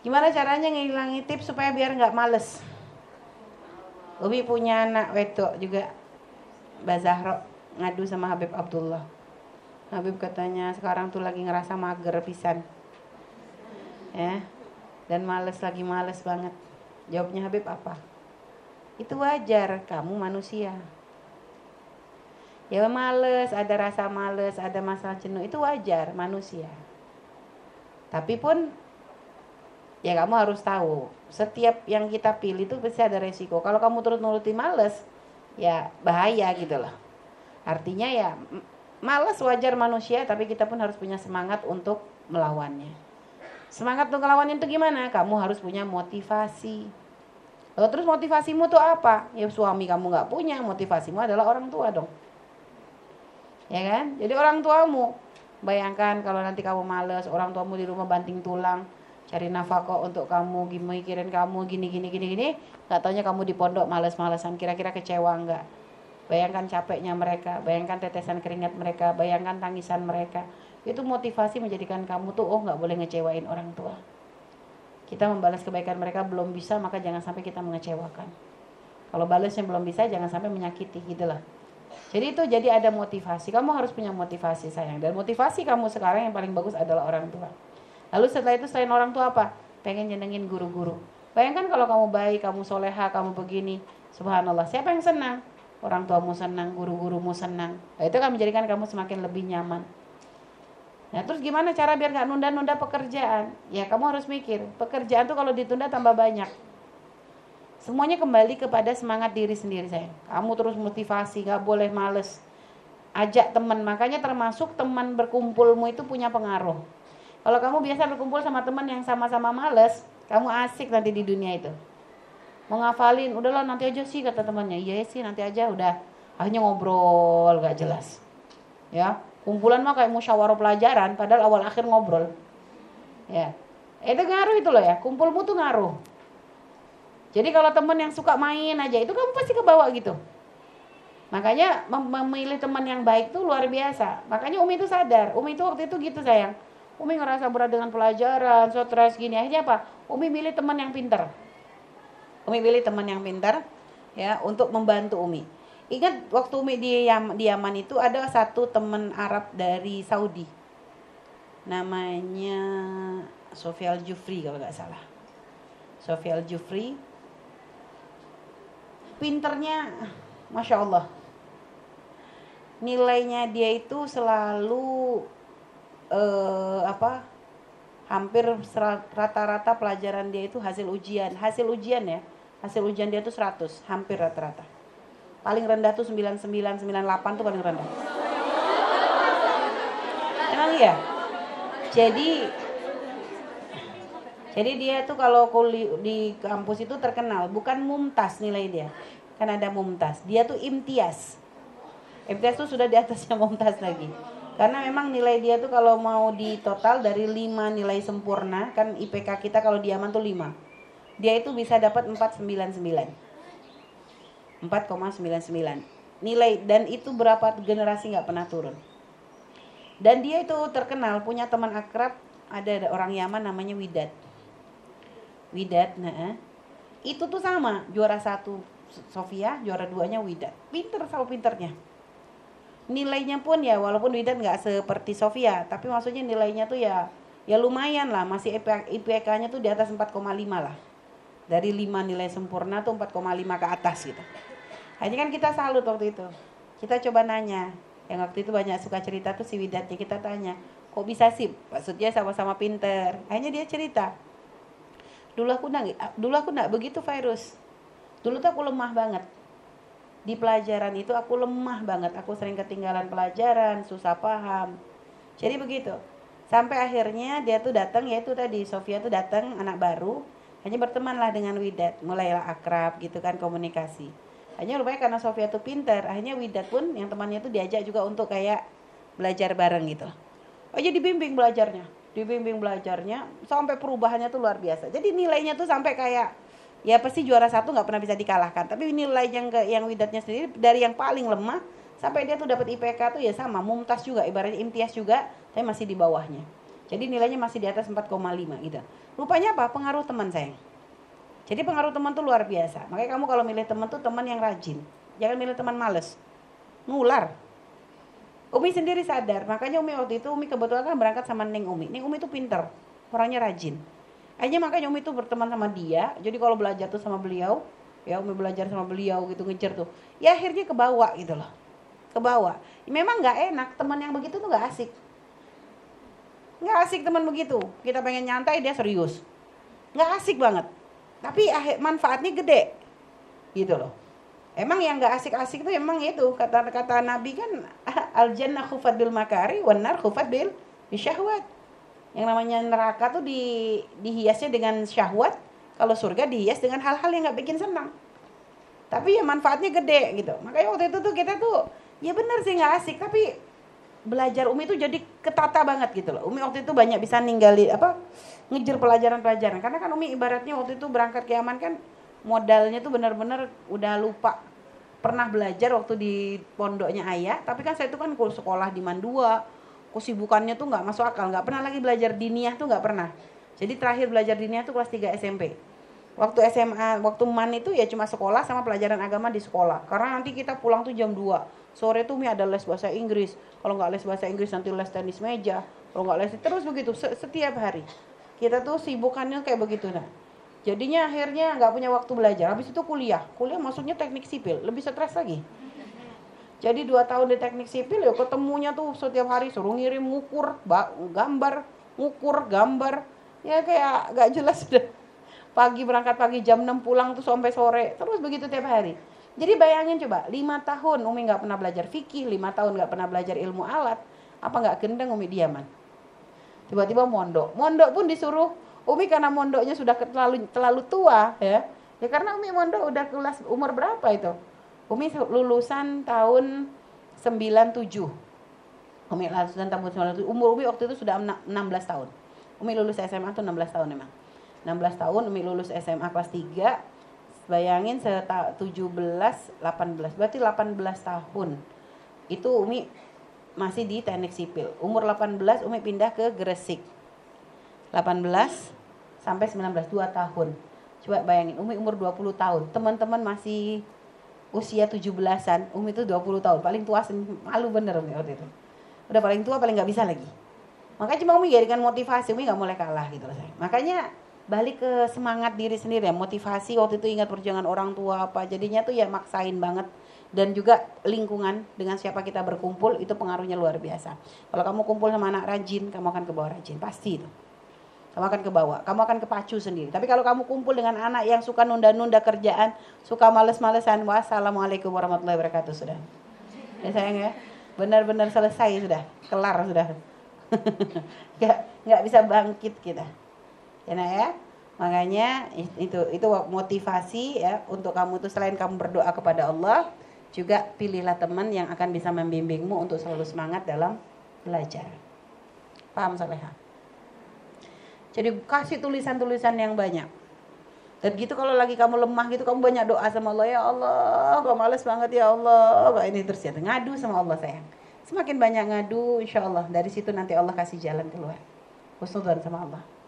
Gimana caranya ngilangi tips supaya biar nggak males? Umi punya anak wedok juga, Mbak Zahro, ngadu sama Habib Abdullah. Habib katanya sekarang tuh lagi ngerasa mager pisan, ya, dan males, lagi males banget. Jawabnya Habib apa? Itu wajar, kamu manusia. Ya males, ada rasa males, ada masalah jenuh, itu wajar, manusia. Tapi pun ya kamu harus tahu, setiap yang kita pilih itu pasti ada resiko. Kalau kamu terus nuruti males, ya bahaya gitu loh. Artinya ya males wajar manusia, tapi kita pun harus punya semangat untuk melawannya. Semangat untuk melawannya itu gimana? Kamu harus punya motivasi. Lalu terus motivasimu tuh apa? Ya suami kamu nggak punya, motivasimu adalah orang tua dong. Ya kan? Jadi orang tuamu, bayangkan kalau nanti kamu males, orang tuamu di rumah banting tulang, cari nafkah untuk kamu, mikirin kamu gini, nggak taunya kamu di pondok males-malesan, kira-kira kecewa nggak? Bayangkan capeknya mereka, bayangkan tetesan keringat mereka, bayangkan tangisan mereka. Itu motivasi menjadikan kamu tuh, oh nggak boleh ngecewain orang tua. Kita membalas kebaikan mereka belum bisa, maka jangan sampai kita mengecewakan. Kalau balasnya belum bisa, jangan sampai menyakiti gitu lah. Jadi itu jadi ada motivasi. Kamu harus punya motivasi sayang. Dan motivasi kamu sekarang yang paling bagus adalah orang tua. Lalu setelah itu selain orang tua apa? Pengen nyenengin guru-guru. Bayangkan kalau kamu baik, kamu soleha, kamu begini. Subhanallah, siapa yang senang? Orang tuamu senang, guru-gurumu senang. Nah, itu akan menjadikan kamu semakin lebih nyaman. Nah terus gimana cara biar gak nunda-nunda pekerjaan? Ya kamu harus mikir, pekerjaan tuh kalau ditunda tambah banyak. Semuanya kembali kepada semangat diri sendiri sayang. Kamu terus motivasi, gak boleh males. Ajak teman, makanya termasuk teman berkumpulmu itu punya pengaruh. Kalau kamu biasa berkumpul sama teman yang sama-sama males, kamu asik nanti di dunia itu. Mau ngafalin, udahlah nanti aja sih kata temannya. Iya sih nanti aja, udah. Akhirnya ngobrol gak jelas. Ya, kumpulan mah kayak musyawarah pelajaran, padahal awal akhir ngobrol. Ya, itu ngaruh itu loh ya, kumpulmu tuh ngaruh. Jadi kalau teman yang suka main aja, itu kamu pasti kebawa gitu. Makanya memilih teman yang baik tuh luar biasa. Makanya Umi itu sadar, Umi itu waktu itu gitu sayang. Umi ngerasa berat dengan pelajaran, stres gini. Akhirnya apa? Umi milih teman yang pintar. Umi pilih teman yang pintar ya untuk membantu Umi. Ingat waktu Umi di Yaman itu ada satu teman Arab dari Saudi. Namanya Sofial Jufri kalau nggak salah. Sofial Jufri. Pinternya Masya Allah. Nilainya dia itu selalu hampir rata-rata pelajaran dia itu hasil ujian ya. Hasil ujian dia itu 100, hampir rata-rata. Paling rendah tuh 99, 98 tuh paling rendah. Emang iya? Jadi dia tuh kalau di kampus itu terkenal, bukan mumtaz nilai dia. Kan ada mumtaz. Dia tuh imtiaz. Imtiaz tuh sudah di atasnya mumtaz lagi. Karena memang nilai dia tuh kalau mau di total dari 5 nilai sempurna, kan IPK kita kalau di Yaman tuh 5. Dia itu bisa dapat 499. 4,99 nilai, dan itu berapa generasi nggak pernah turun. Dan dia itu terkenal punya teman akrab, ada orang Yaman namanya Widat. Nah itu tuh sama, juara 1 Sofia, juara 2-nya Widat. Pinter sama pinternya. Nilainya pun ya walaupun Widat nggak seperti Sofia, tapi maksudnya nilainya tuh ya lumayan lah, masih IPK-nya tuh di atas 4,5 lah. Dari 5 nilai sempurna tuh 4,5 ke atas gitu. Akhirnya kan kita salut waktu itu. Kita coba nanya, yang waktu itu banyak suka cerita tuh si Widatnya, kita tanya, kok bisa sih? Maksudnya sama-sama pinter. Akhirnya dia cerita, dulu aku enggak begitu virus. Dulu tuh aku lemah banget. Di pelajaran itu aku lemah banget. Aku sering ketinggalan pelajaran, susah paham. Jadi begitu. Sampai akhirnya dia tuh datang, yaitu tadi Sofia tuh datang, anak baru. Hanya bertemanlah dengan Widat, mulailah akrab gitu kan, komunikasi. Hanya rupanya karena Sofia tuh pintar, akhirnya Widat pun yang temannya tuh diajak juga untuk kayak belajar bareng gitu. Oh jadi dibimbing belajarnya sampai perubahannya tuh luar biasa. Jadi nilainya tuh sampai kayak ya pasti juara 1 nggak pernah bisa dikalahkan. Tapi nilai yang Widatnya sendiri dari yang paling lemah sampai dia tuh dapat IPK tuh ya sama, mumtaz juga, ibaratnya imtiaz juga, tapi masih di bawahnya. Jadi nilainya masih di atas 4,5 gitu. Rupanya apa? Pengaruh teman sayang. Jadi pengaruh teman tuh luar biasa. Makanya kamu kalau milih teman tuh teman yang rajin. Jangan milih teman males. Nular. Umi sendiri sadar. Makanya Umi waktu itu Umi kebetulan kan berangkat sama Neng Umi. Neng Umi tuh pinter. Orangnya rajin. Akhirnya makanya Umi tuh berteman sama dia. Jadi kalau belajar tuh sama beliau, ya Umi belajar sama beliau gitu ngejar tuh. Ya akhirnya kebawa gitu loh. Kebawa. Memang nggak enak teman yang begitu tuh nggak asik. Nggak asik teman begitu. Kita pengen nyantai dia serius. Nggak asik banget. Tapi manfaatnya gede. Gitu loh. Emang yang nggak asik-asik itu emang itu kata Nabi kan al jannah khufat bil makari wan nar khufat bil syahwat. Yang namanya neraka tuh dihiasnya dengan syahwat, kalau surga dihias dengan hal-hal yang nggak bikin senang. Tapi ya manfaatnya gede gitu. Makanya waktu itu tuh kita tuh ya benar sih nggak asik, tapi belajar Umi tuh jadi ketata banget gitu loh. Umi waktu itu banyak bisa ninggalin ngejar pelajaran-pelajaran. Karena kan Umi ibaratnya waktu itu berangkat ke Yaman kan modalnya tuh benar-benar udah lupa. Pernah belajar waktu di pondoknya ayah, tapi kan saya itu kan sekolah di Mandua, kesibukannya tuh nggak masuk akal, nggak pernah lagi belajar diniyah tuh nggak pernah. Jadi terakhir belajar diniyah tuh kelas 3 SMP. Waktu SMA, waktu MAN itu ya cuma sekolah sama pelajaran agama di sekolah. Karena nanti kita pulang tuh jam 2. Sore tuh ada les bahasa Inggris. Kalau nggak les bahasa Inggris nanti les tenis meja. Kalau nggak les terus begitu setiap hari. Kita tuh sibukannya kayak begitu nah. Jadinya akhirnya nggak punya waktu belajar. Habis itu kuliah masuknya teknik sipil, lebih stres lagi. Jadi 2 tahun di teknik sipil ya ketemunya tuh setiap hari suruh ngirim ngukur gambar, ngukur gambar. Ya kayak nggak jelas sudah. Pagi berangkat pagi jam 6 pulang tuh sampai sore. Terus begitu tiap hari. Jadi bayangin coba 5 tahun Umi nggak pernah belajar fikih, 5 tahun nggak pernah belajar ilmu alat. Apa nggak gendeng Umi diaman? Tiba-tiba mondok pun disuruh Umi karena mondoknya sudah terlalu tua ya karena Umi mondok udah kelas umur berapa itu? Umi lulusan tahun 97. Umi lulusan tahun 97. Umur Umi waktu itu sudah 16 tahun. Umi lulus SMA tuh 16 tahun memang. 16 tahun Umi lulus SMA kelas 3. Bayangin 17, 18. Berarti 18 tahun. Itu Umi masih di teknik sipil. Umur 18 Umi pindah ke Gresik. 18 sampai 19, 2 tahun. Coba bayangin, Umi umur 20 tahun. Teman-teman masih usia 17-an, Umi itu 20 tahun. Paling tua, malu bener Umi waktu itu. Udah paling tua, paling gak bisa lagi. Makanya cuma Umi jadikan motivasi, Umi gak boleh kalah gitu. Makanya balik ke semangat diri sendiri ya. Motivasi waktu itu ingat perjuangan orang tua apa. Jadinya tuh ya maksain banget. Dan juga lingkungan dengan siapa kita berkumpul itu pengaruhnya luar biasa. Kalau kamu kumpul sama anak rajin, kamu akan ke bawah rajin. Pasti itu. Kamu akan ke bawah, kamu akan kepacu sendiri. Tapi kalau kamu kumpul dengan anak yang suka nunda-nunda kerjaan, suka males-malesan, wassalamualaikum warahmatullahi wabarakatuh sudah. Ya sayang ya, benar-benar selesai sudah, kelar sudah. Nggak bisa bangkit kita. Ya nak ya. Makanya itu motivasi ya untuk kamu tuh selain kamu berdoa kepada Allah, juga pilihlah teman yang akan bisa membimbingmu untuk selalu semangat dalam belajar. Paham Saleha? Jadi kasih tulisan-tulisan yang banyak. Dan gitu kalau lagi kamu lemah gitu, kamu banyak doa sama Allah. Ya Allah, kok males banget ya Allah. Ini terus ya, ngadu sama Allah sayang. Semakin banyak ngadu, insya Allah dari situ nanti Allah kasih jalan keluar. Husnudzon sama Allah.